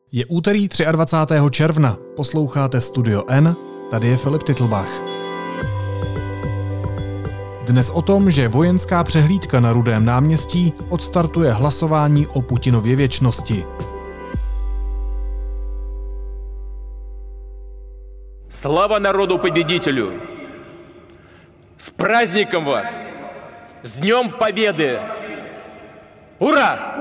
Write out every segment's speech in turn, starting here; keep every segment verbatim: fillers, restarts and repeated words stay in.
Je úterý dvacátého třetího června, posloucháte Studio N, tady je Filip Titlbach. Dnes o tom, že vojenská přehlídka na Rudém náměstí odstartuje hlasování o Putinově věčnosti. Slava narodu победителю! S праздником vás! S Dňom Победы! Hurá!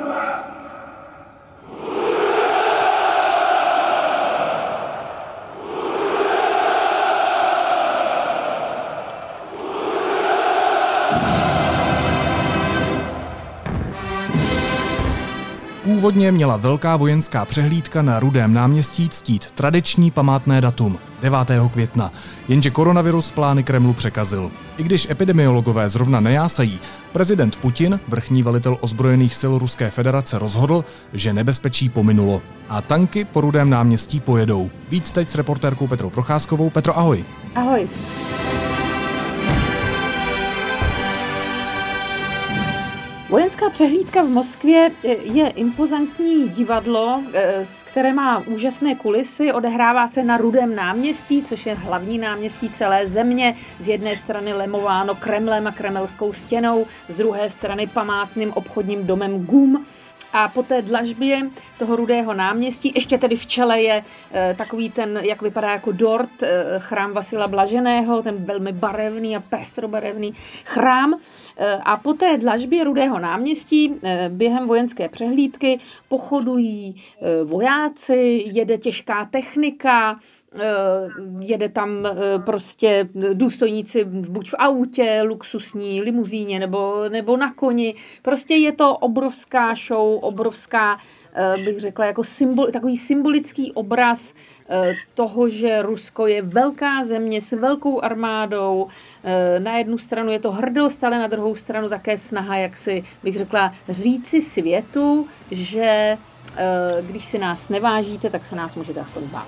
Původně měla velká vojenská přehlídka na Rudém náměstí ctít tradiční památné datum devátého května, jenže koronavirus plány Kremlu překazil. I když epidemiologové zrovna nejásají, prezident Putin, vrchní velitel ozbrojených sil Ruské federace, rozhodl, že nebezpečí pominulo a tanky po Rudém náměstí pojedou. Víc teď s reportérkou Petrou Procházkovou. Petro, ahoj. Ahoj. Vojenská přehlídka v Moskvě je impozantní divadlo, které má úžasné kulisy, odehrává se na Rudém náměstí, což je hlavní náměstí celé země, z jedné strany lemováno Kremlem a kremelskou stěnou, z druhé strany památným obchodním domem Gum. A po té dlažbě toho Rudého náměstí, ještě tedy v čele je e, takový ten, jak vypadá jako dort, e, chrám Vasila Blaženého, ten velmi barevný a pestrobarevný chrám. E, a po té dlažbě Rudého náměstí e, během vojenské přehlídky pochodují e, vojáci, jede těžká technika, jede tam prostě důstojníci buď v autě, luxusní limuzíně nebo, nebo na koni. Prostě je to obrovská show, obrovská, bych řekla, jako symbol, takový symbolický obraz toho, že Rusko je velká země s velkou armádou. Na jednu stranu je to hrdost, ale na druhou stranu také snaha, jak si, bych řekla, říci světu, že když si nás nevážíte, tak se nás můžete aspoň bát.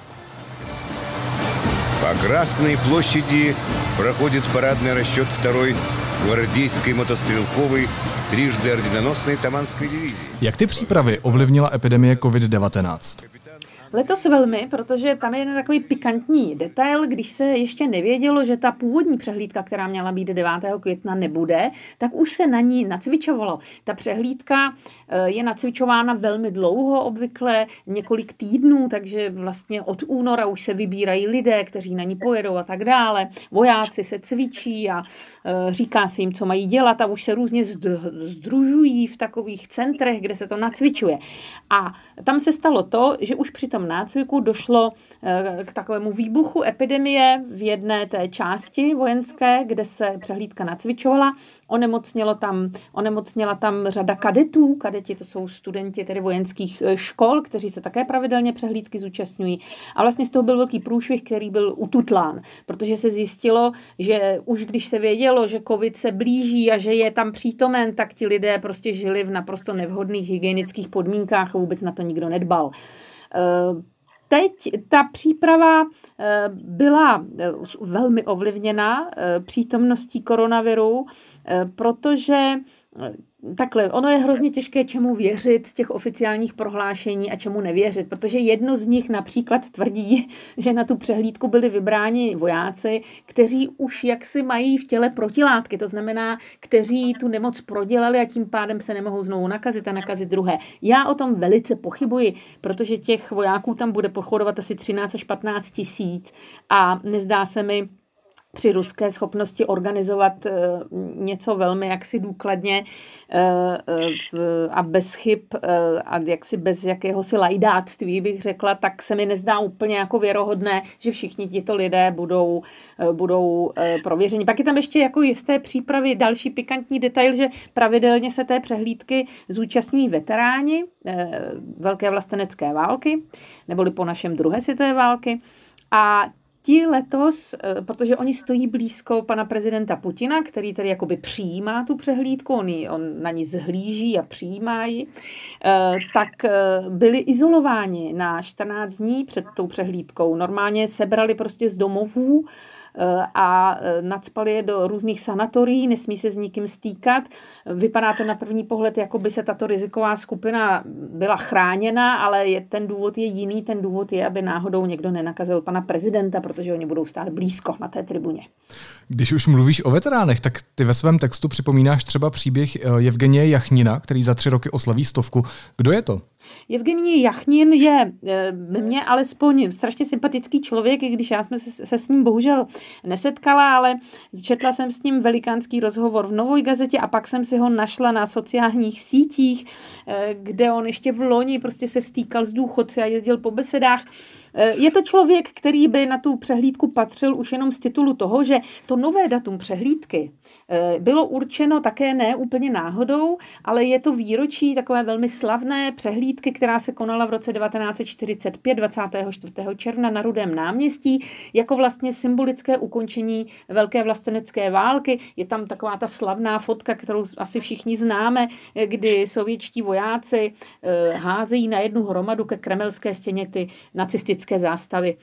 По Красной площади проходит парадный расчет второй гвардейской мотострелковой трижды орденоносной Таманской дивизии. Jak ty přípravy ovlivnila epidemie covid devatenáct? Letos velmi, protože tam je jeden takový pikantní detail, když se ještě nevědělo, že ta původní přehlídka, která měla být devátého května, nebude, tak už se na ní nacvičovalo. Ta přehlídka je nacvičována velmi dlouho, obvykle několik týdnů, takže vlastně od února už se vybírají lidé, kteří na ní pojedou a tak dále. Vojáci se cvičí a říká se jim, co mají dělat, a už se různě sdružují v takových centrech, kde se to nacvičuje. A tam se stalo to, že už při tom nácviku došlo k takovému výbuchu epidemie v jedné té části vojenské, kde se přehlídka nacvičovala. Onemocnělo tam, onemocněla tam řada kadetů. Kadeti, to jsou studenti tedy vojenských škol, kteří se také pravidelně přehlídky zúčastňují. A vlastně z toho byl velký průšvih, který byl ututlán, protože se zjistilo, že už když se vědělo, že covid se blíží a že je tam přítomen, tak ti lidé prostě žili v naprosto nevhodných hygienických podmínkách a vůbec na to nikdo nedbal. Teď ta příprava byla velmi ovlivněna přítomností koronaviru, protože takhle, ono je hrozně těžké, čemu věřit z těch oficiálních prohlášení a čemu nevěřit, protože jedno z nich například tvrdí, že na tu přehlídku byli vybráni vojáci, kteří už jaksi mají v těle protilátky, to znamená, kteří tu nemoc prodělali a tím pádem se nemohou znovu nakazit a nakazit druhé. Já o tom velice pochybuji, protože těch vojáků tam bude pochodovat asi třináct až patnáct tisíc a nezdá se mi při ruské schopnosti organizovat něco velmi jaksi důkladně a bez chyb a jaksi bez jakéhosi lajdáctví, bych řekla, tak se mi nezdá úplně jako věrohodné, že všichni tito lidé budou, budou prověřeni. Pak je tam ještě jako jisté přípravy další pikantní detail, že pravidelně se té přehlídky zúčastňují veteráni Velké vlastenecké války, neboli po našem druhé světové války, a ti letos, protože oni stojí blízko pana prezidenta Putina, který tedy jakoby přijímá tu přehlídku, on, ji, on na ní zhlíží a přijímá ji, tak byli izolováni na čtrnáct dní před tou přehlídkou. Normálně sebrali prostě z domovů a nacpali je do různých sanatorií, nesmí se s nikým stýkat. Vypadá to na první pohled, jako by se tato riziková skupina byla chráněna, ale je, ten důvod je jiný. Ten důvod je, aby náhodou někdo nenakazil pana prezidenta, protože oni budou stát blízko na té tribuně. Když už mluvíš o veteránech, tak ty ve svém textu připomínáš třeba příběh Jevgenije Jachnina, který za tři roky oslaví stovku. Kdo je to? Jevgenij Jachnin je mně alespoň strašně sympatický člověk, i když já jsme se, se s ním bohužel nesetkala, ale četla jsem s ním velikánský rozhovor v Novoj gazetě a pak jsem si ho našla na sociálních sítích, kde on ještě v loni prostě se stýkal s důchodci a jezdil po besedách. Je to člověk, který by na tu přehlídku patřil už jenom z titulu toho, že to nové datum přehlídky bylo určeno také ne úplně náhodou, ale je to výročí takové velmi slavné přehlídky, která se konala v roce devatenáct set čtyřicet pět, dvacátého čtvrtého června na Rudém náměstí, jako vlastně symbolické ukončení Velké vlastenecké války. Je tam taková ta slavná fotka, kterou asi všichni známe, kdy sovětští vojáci házejí na jednu hromadu ke Kremelské stěně ty nacistické zástavy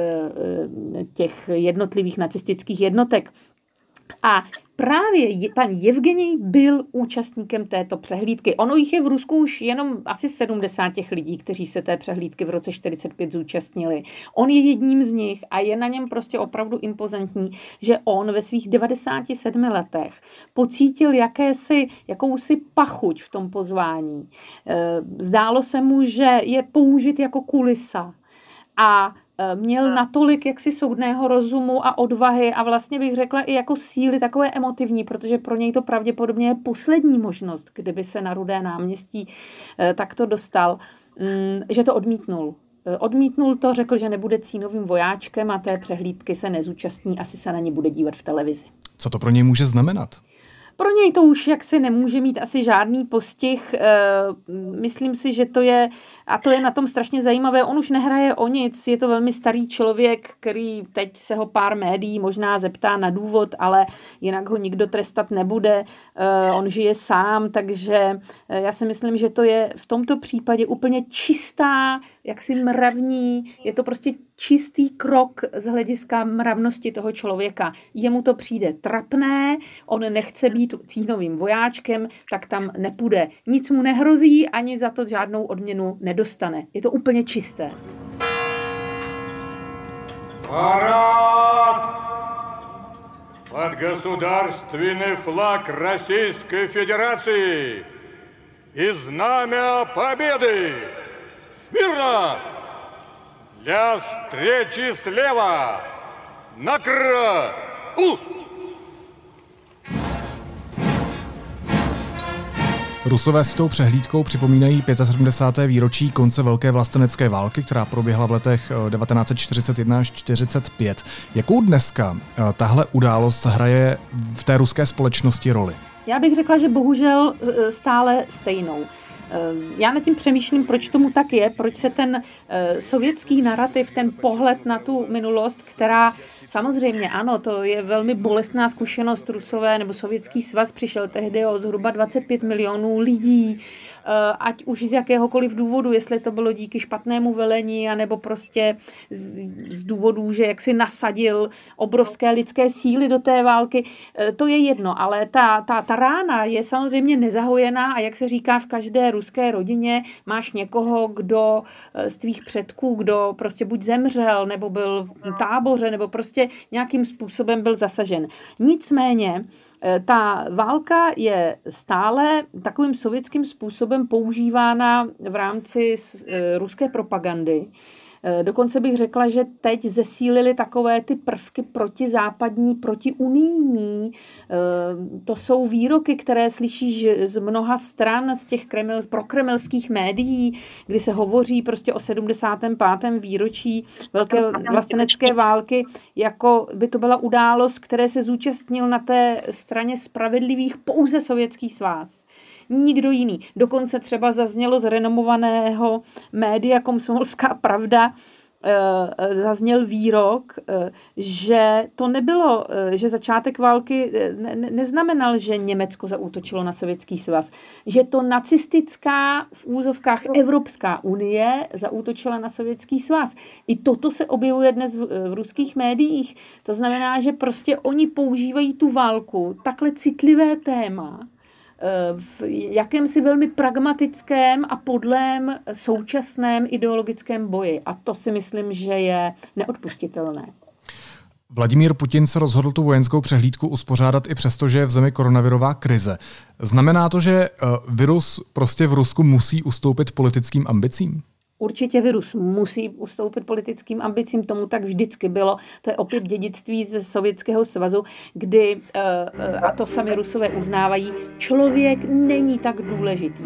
těch jednotlivých nacistických jednotek. A právě pan Jevgenij byl účastníkem této přehlídky. Ono jich je v Rusku už jenom asi sedmdesát těch lidí, kteří se té přehlídky v roce čtyřicet pět zúčastnili. On je jedním z nich a je na něm prostě opravdu impozantní, že on ve svých devadesáti sedmi letech pocítil jakési, jakousi pachuť v tom pozvání. Zdálo se mu, že je použit jako kulisa a měl natolik jaksi soudného rozumu a odvahy a vlastně bych řekla i jako síly takové emotivní, protože pro něj to pravděpodobně je poslední možnost, kdyby se na Rudé náměstí takto dostal, že to odmítnul. Odmítnul to, řekl, že nebude cínovým vojáčkem a té přehlídky se nezúčastní, asi se na ní bude dívat v televizi. Co to pro něj může znamenat? Pro něj to už jaksi nemůže mít asi žádný postih. Myslím si, že to je, a to je na tom strašně zajímavé, on už nehraje o nic, je to velmi starý člověk, který teď se ho pár médií možná zeptá na důvod, ale jinak ho nikdo trestat nebude. On žije sám, takže já si myslím, že to je v tomto případě úplně čistá, jaksi mravní, je to prostě čistý krok z hlediska mravnosti toho člověka. Jemu to přijde trapné, on nechce být cínovým vojáčkem, tak tam nepůjde. Nic mu nehrozí, ani za to žádnou odměnu nedostane. Je to úplně čisté. Парад! Под государственный флаг Российской Федерации и знамя победы! Смирно! Для встречи слева! Накр! У! Rusové s tou přehlídkou připomínají sedmdesátého pátého výročí konce Velké vlastenecké války, která proběhla v letech devatenáct set čtyřicet jedna až čtyřicet pět. Jakou dneska tahle událost hraje v té ruské společnosti roli? Já bych řekla, že bohužel stále stejnou. Já nad tím přemýšlím, proč tomu tak je, proč se ten sovětský narrativ, ten pohled na tu minulost, která samozřejmě ano, to je velmi bolestná zkušenost. Rusové nebo Sovětský svaz přišel tehdy o zhruba dvacet pět milionů lidí, ať už z jakéhokoliv důvodu, jestli to bylo díky špatnému velení, anebo prostě z, z důvodů, že jaksi nasadil obrovské lidské síly do té války, to je jedno, ale ta, ta, ta rána je samozřejmě nezahojená a jak se říká v každé ruské rodině, máš někoho, kdo z tvých předků, kdo prostě buď zemřel, nebo byl v táboře, nebo prostě nějakým způsobem byl zasažen. Nicméně ta válka je stále takovým sovětským způsobem používána v rámci ruské propagandy. Dokonce bych řekla, že teď zesílily takové ty prvky protizápadní, protiunijní. To jsou výroky, které slyšíš z mnoha stran, z těch kreml, prokremelských médií, kdy se hovoří prostě o sedmdesátém pátém výročí Velké vlastenecké války, jako by to byla událost, které se zúčastnil na té straně spravedlivých pouze Sovětský svaz. Nikdo jiný. Dokonce třeba zaznělo z renomovaného média Komsomolská pravda, zazněl výrok, že to nebylo, že začátek války ne, neznamenal, že Německo zaútočilo na Sovětský svaz, že to nacistická v úzovkách Evropská unie zaútočila na Sovětský svaz. I toto se objevuje dnes v, v ruských médiích. To znamená, že prostě oni používají tu válku, takhle citlivé téma, v jakémsi velmi pragmatickém a podlém současném ideologickém boji. A to si myslím, že je neodpustitelné. Vladimír Putin se rozhodl tu vojenskou přehlídku uspořádat i přesto, že je v zemi koronavirová krize. Znamená to, že virus prostě v Rusku musí ustoupit politickým ambicím? Určitě virus musí ustoupit politickým ambicím, tomu tak vždycky bylo. To je opět dědictví ze Sovětského svazu, kdy, a to sami Rusové uznávají, člověk není tak důležitý.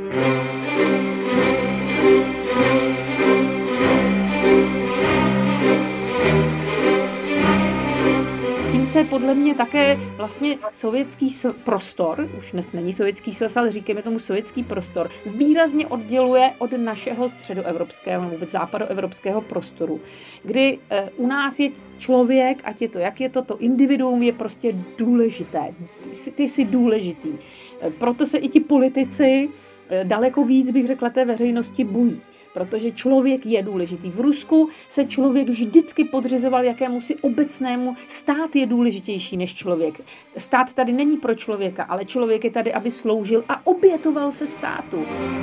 Tím se podle mě také vlastně sovětský prostor, už dnes není sovětský svaz, ale říkáme tomu sovětský prostor, výrazně odděluje od našeho středoevropského nebo vůbec západoevropského prostoru, kdy e, u nás je člověk, ať je to, jak je to, to individuum je prostě důležité. Ty jsi, ty jsi důležitý. E, proto se i ti politici e, daleko víc, bych řekla, té veřejnosti bojí. Protože člověk je důležitý. V Rusku se člověk vždycky podřizoval jakémusi obecnému. Stát je důležitější než člověk. Stát tady není pro člověka, ale člověk je tady, aby sloužil a obětoval se státu.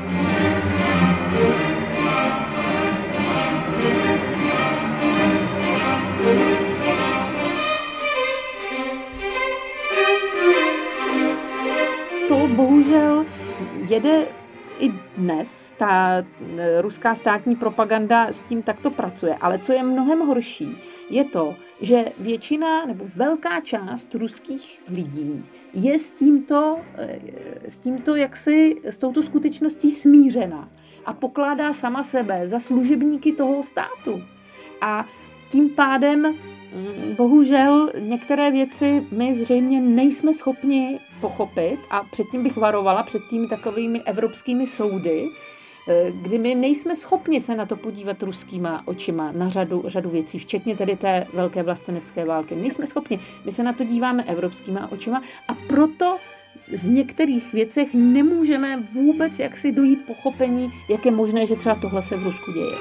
To bohužel jede i dnes, ta ruská státní propaganda s tím takto pracuje. Ale co je mnohem horší, je to, že většina nebo velká část ruských lidí je s tímto, s tímto jaksi, s touto skutečností smířena a pokládá sama sebe za služebníky toho státu. A tím pádem bohužel některé věci my zřejmě nejsme schopni pochopit a předtím bych varovala před těmi takovými evropskými soudy, kdy my nejsme schopni se na to podívat ruskýma očima na řadu, řadu věcí, včetně tedy té velké vlastenecké války. Nejsme schopni, my se na to díváme evropskýma očima a proto v některých věcech nemůžeme vůbec jaksi dojít pochopení, jak je možné, že třeba tohle se v Rusku děje.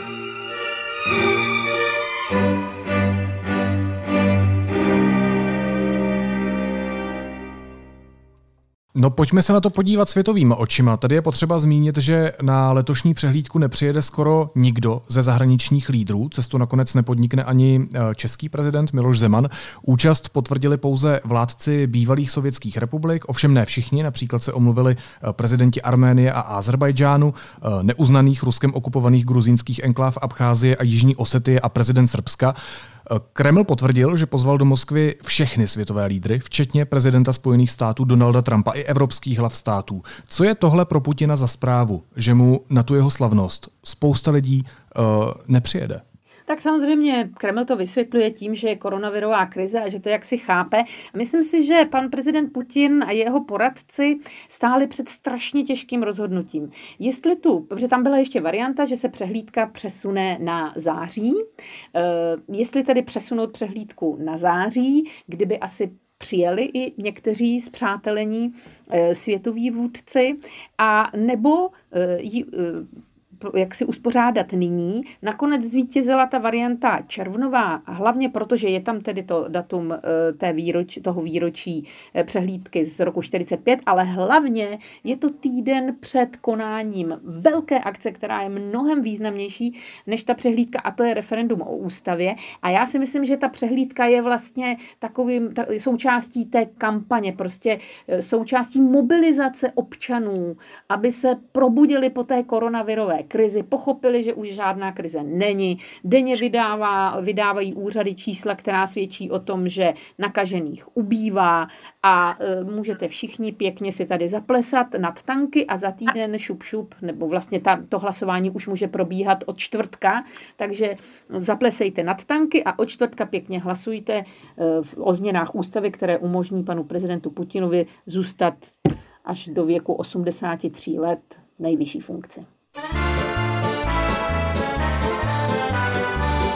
No pojďme se na to podívat světovýma očima. Tady je potřeba zmínit, že na letošní přehlídku nepřijede skoro nikdo ze zahraničních lídrů. Cestu nakonec nepodnikne ani český prezident Miloš Zeman. Účast potvrdili pouze vládci bývalých sovětských republik, ovšem ne všichni. Například se omluvili prezidenti Arménie a Azerbajdžánu, neuznaných Ruskem okupovaných gruzínských enkláv Abcházie a Jižní Osetie a prezident Srbska. Kreml potvrdil, že pozval do Moskvy všechny světové lídry, včetně prezidenta Spojených států Donalda Trumpa i evropských hlav států. Co je tohle pro Putina za zprávu, že mu na tu jeho slavnost spousta lidí uh, nepřijede? Tak samozřejmě Kreml to vysvětluje tím, že je koronavirová krize a že to jaksi chápe. Myslím si, že pan prezident Putin a jeho poradci stáli před strašně těžkým rozhodnutím. Jestli tu, protože tam byla ještě varianta, že se přehlídka přesune na září, jestli tedy přesunout přehlídku na září, kdyby asi přijeli i někteří spřátelení světoví vůdci, a nebo ji jak si uspořádat nyní. Nakonec zvítězila ta varianta červnová, hlavně protože je tam tedy to datum té výroč, toho výročí přehlídky z roku čtyřicet pět, ale hlavně je to týden před konáním velké akce, která je mnohem významnější než ta přehlídka, a to je referendum o ústavě. A já si myslím, že ta přehlídka je vlastně takovým ta, součástí té kampaně, prostě součástí mobilizace občanů, aby se probudili po té koronavirové krizi, pochopili, že už žádná krize není. Denně vydává, vydávají úřady čísla, která svědčí o tom, že nakažených ubývá, a e, můžete všichni pěkně si tady zaplesat nad tanky a za týden šup šup, nebo vlastně ta, to hlasování už může probíhat od čtvrtka, takže zaplesejte nad tanky a od čtvrtka pěkně hlasujte e, o změnách ústavy, které umožní panu prezidentu Putinovi zůstat až do věku osmdesáti tří let v nejvyšší funkci.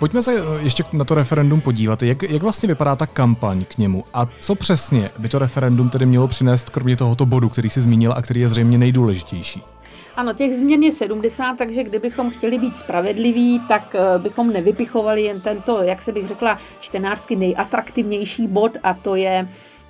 Pojďme se ještě na to referendum podívat. Jak, jak vlastně vypadá ta kampaň k němu a co přesně by to referendum tedy mělo přinést, kromě tohoto bodu, který jsi zmínil a který je zřejmě nejdůležitější? Ano, těch změn je sedmdesát, takže kdybychom chtěli být spravedliví, tak bychom nevypichovali jen tento, jak se bych řekla, čtenářsky nejatraktivnější bod, a to je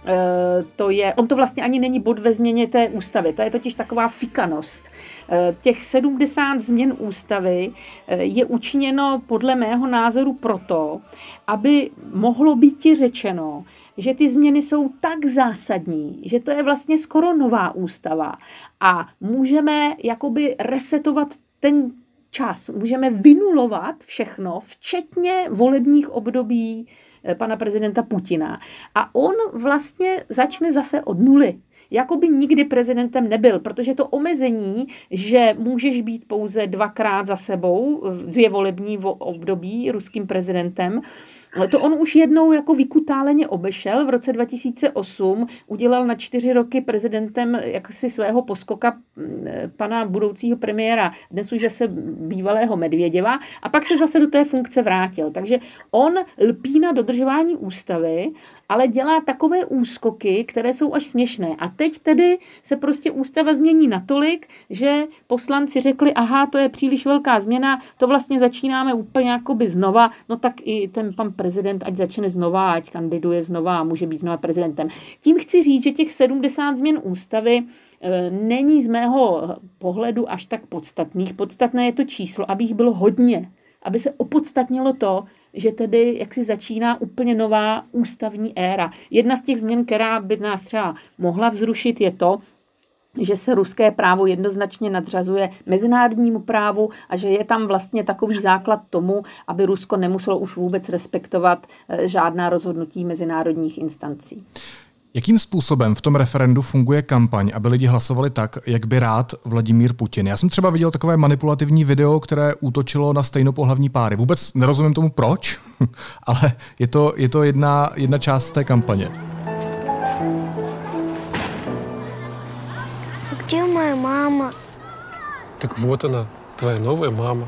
To je, on to vlastně ani není bod ve změně té ústavy, to je totiž taková fikanost. Těch sedmdesát změn ústavy je učiněno podle mého názoru proto, aby mohlo být řečeno, že ty změny jsou tak zásadní, že to je vlastně skoro nová ústava a můžeme jakoby resetovat ten čas, můžeme vynulovat všechno, včetně volebních období pana prezidenta Putina. A on vlastně začne zase od nuly. Jakoby nikdy prezidentem nebyl, protože to omezení, že můžeš být pouze dvakrát za sebou, dvě volební období ruským prezidentem, to on už jednou jako vykutáleně obešel. V roce dva tisíce osm udělal na čtyři roky prezidentem jaksi svého poskoka pana budoucího premiéra, dnes už zase bývalého Medvěděva, a pak se zase do té funkce vrátil. Takže on lpí na dodržování ústavy, ale dělá takové úskoky, které jsou až směšné. A teď tedy se prostě ústava změní natolik, že poslanci řekli, aha, to je příliš velká změna, to vlastně začínáme úplně jakoby znova, no tak i ten pan prezident ať začne znova, ať kandiduje znova a může být znova prezidentem. Tím chci říct, že těch sedmdesát změn ústavy není z mého pohledu až tak podstatných. Podstatné je to číslo, aby jich bylo hodně, aby se opodstatnilo to, že tedy jak si začíná úplně nová ústavní éra. Jedna z těch změn, která by nás třeba mohla vzrušit, je to, že se ruské právo jednoznačně nadřazuje mezinárodnímu právu a že je tam vlastně takový základ tomu, aby Rusko nemuselo už vůbec respektovat žádná rozhodnutí mezinárodních instancí. Jakým způsobem v tom referendu funguje kampaň, aby lidi hlasovali tak, jak by rád Vladimír Putin? Já jsem třeba viděl takové manipulativní video, které útočilo na stejnopohlavní páry. Vůbec nerozumím tomu proč, ale je to, je to jedna, jedna část té kampaně. Где моя мама? Так вот она, твоя новая мама.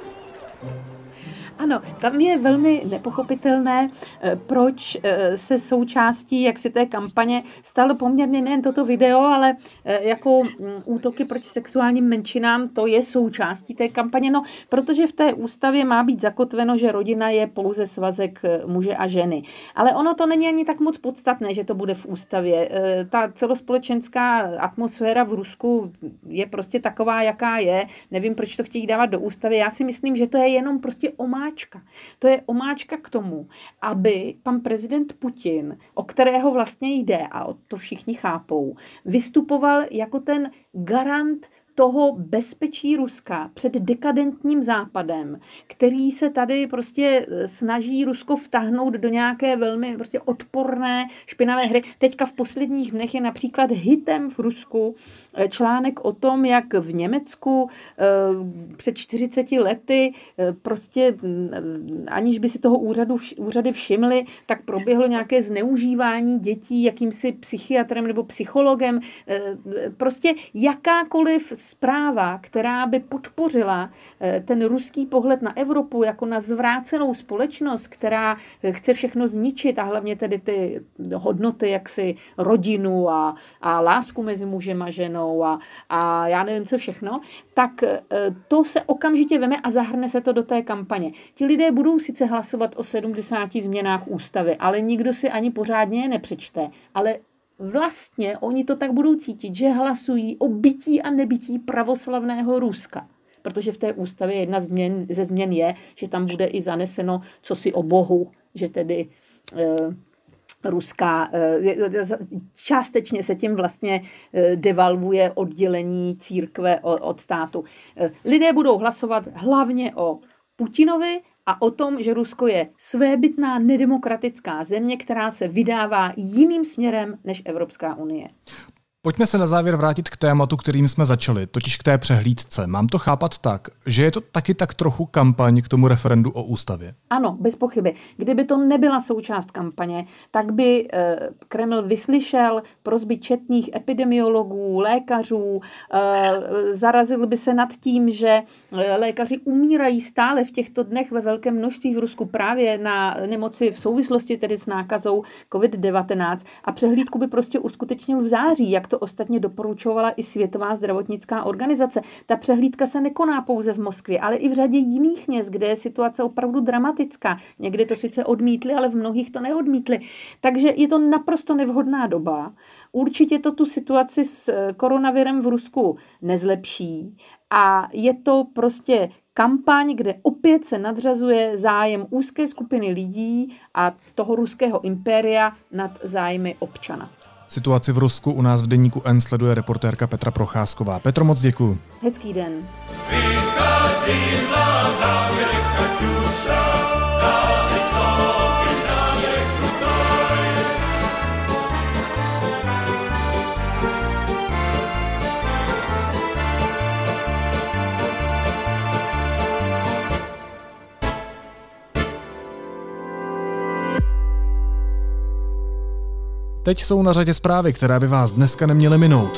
Ano, tam je velmi nepochopitelné, proč se součástí jaksi té kampaně stalo poměrně nejen toto video, ale jako útoky proti sexuálním menšinám, to je součástí té kampaně, no, protože v té ústavě má být zakotveno, že rodina je pouze svazek muže a ženy. Ale ono to není ani tak moc podstatné, že to bude v ústavě. Ta celospolečenská atmosféra v Rusku je prostě taková, jaká je. Nevím, proč to chtějí dávat do ústavy. Já si myslím, že to je jenom prostě omáčka. To je omáčka k tomu, aby pan prezident Putin, o kterého vlastně jde, a to všichni chápou, vystupoval jako ten garant toho bezpečí Ruska před dekadentním západem, který se tady prostě snaží Rusko vtáhnout do nějaké velmi prostě odporné, špinavé hry. Teďka v posledních dnech je například hitem v Rusku článek o tom, jak v Německu před čtyřiceti lety prostě aniž by si toho úřadu, úřady všimly, tak proběhlo nějaké zneužívání dětí jakýmsi psychiatrem nebo psychologem. Prostě jakákoliv zpráva, která by podpořila ten ruský pohled na Evropu jako na zvrácenou společnost, která chce všechno zničit a hlavně tedy ty hodnoty, jaksi rodinu a, a lásku mezi mužem a ženou a, a já nevím co všechno, tak to se okamžitě veme a zahrne se to do té kampaně. Ti lidé budou sice hlasovat o sedmdesáti změnách ústavy, ale nikdo si ani pořádně je nepřečte, ale vlastně oni to tak budou cítit, že hlasují o bytí a nebytí pravoslavného Ruska. Protože v té ústavě jedna změn, ze změn je, že tam bude i zaneseno cosi o Bohu, že tedy e, ruská, e, částečně se tím vlastně e, devalvuje oddělení církve od, od státu. E, lidé budou hlasovat hlavně o Putinovi a o tom, že Rusko je svébytná nedemokratická země, která se vydává jiným směrem než Evropská unie. Pojďme se na závěr vrátit k tématu, kterým jsme začali, totiž k té přehlídce. Mám to chápat tak, že je to taky tak trochu kampaň k tomu referendu o ústavě? Ano, bez pochyby. Kdyby to nebyla součást kampaně, tak by eh, Kreml vyslyšel prosby četných epidemiologů, lékařů, eh, zarazil by se nad tím, že lékaři umírají stále v těchto dnech ve velkém množství v Rusku právě na nemoci v souvislosti tedy s nákazou covid devatenáct a přehlídku by prostě uskutečnil v září, jak to ostatně doporučovala i Světová zdravotnická organizace. Ta přehlídka se nekoná pouze v Moskvě, ale i v řadě jiných měst, kde je situace opravdu dramatická. Někdy to sice odmítli, ale v mnohých to neodmítli. Takže je to naprosto nevhodná doba. Určitě to tu situaci s koronavirem v Rusku nezlepší a je to prostě kampaň, kde opět se nadřazuje zájem úzké skupiny lidí a toho ruského impéria nad zájmy občana. Situaci v Rusku u nás v deníku N sleduje reportérka Petra Procházková. Petro, moc děkuju. Hezký den. Teď jsou na řadě zprávy, které by vás dneska neměly minout.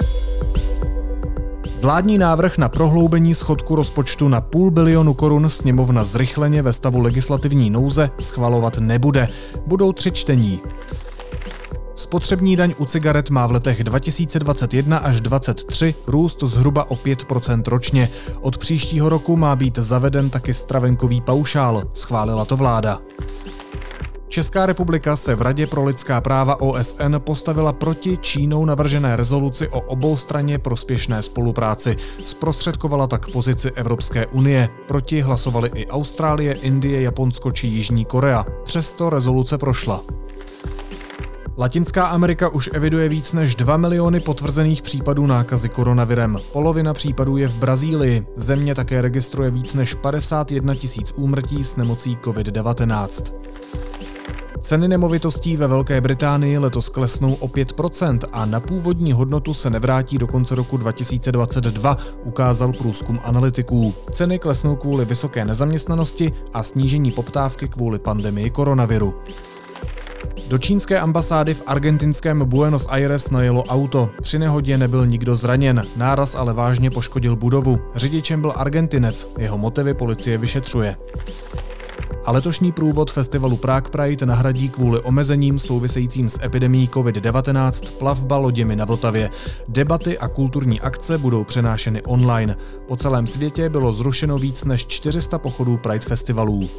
Vládní návrh na prohloubení schodku rozpočtu na půl bilionu korun sněmovna zrychleně ve stavu legislativní nouze schvalovat nebude. Budou tři čtení. Spotřební daň u cigaret má v letech dva tisíce dvacet jedna až dvacet tři růst zhruba o pět procent ročně. Od příštího roku má být zaveden taky stravenkový paušál, schválila to vláda. Česká republika se v Radě pro lidská práva O S N postavila proti Čínou navržené rezoluci o oboustranně prospěšné spolupráci. Zprostředkovala tak pozici Evropské unie. Proti hlasovali i Austrálie, Indie, Japonsko či Jižní Korea. Přesto rezoluce prošla. Latinská Amerika už eviduje víc než dva miliony potvrzených případů nákazy koronavirem. Polovina případů je v Brazílii. Země také registruje víc než padesát jedna tisíc úmrtí s nemocí covid devatenáct. Ceny nemovitostí ve Velké Británii letos klesnou o pět procent a na původní hodnotu se nevrátí do konce roku dva tisíce dvacet dva, ukázal průzkum analytiků. Ceny klesnou kvůli vysoké nezaměstnanosti a snížení poptávky kvůli pandemii koronaviru. Do čínské ambasády v argentinském Buenos Aires najelo auto. Při nehodě nebyl nikdo zraněn, náraz ale vážně poškodil budovu. Řidičem byl Argentinec, jeho motivy policie vyšetřuje. A letošní průvod festivalu Prague Pride nahradí kvůli omezením souvisejícím s epidemií covid devatenáct plavba loděmi na Vltavě. Debaty a kulturní akce budou přenášeny online. Po celém světě bylo zrušeno víc než čtyři sta pochodů Pride festivalů.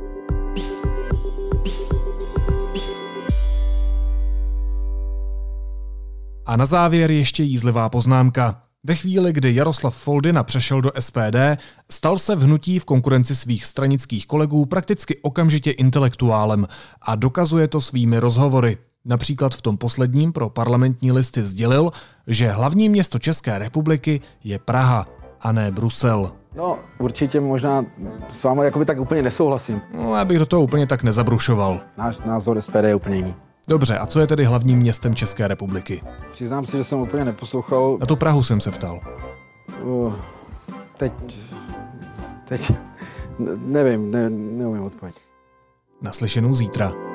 A na závěr ještě jízlivá poznámka. Ve chvíli, kdy Jaroslav Foldyna přešel do S P D, stal se v hnutí v konkurenci svých stranických kolegů prakticky okamžitě intelektuálem a dokazuje to svými rozhovory. Například v tom posledním pro Parlamentní listy sdělil, že hlavní město České republiky je Praha a ne Brusel. No, určitě možná s vámi jakoby tak úplně nesouhlasím. No, já bych do toho úplně tak nezabrušoval. Náš názor S P D je úplně jiný. Dobře, a co je tedy hlavním městem České republiky? Přiznám si, že jsem úplně neposlouchal. Na tu Prahu jsem se ptal. Uh, teď... Teď... Nevím, ne, neumím odpovědět. Naslyšenou zítra.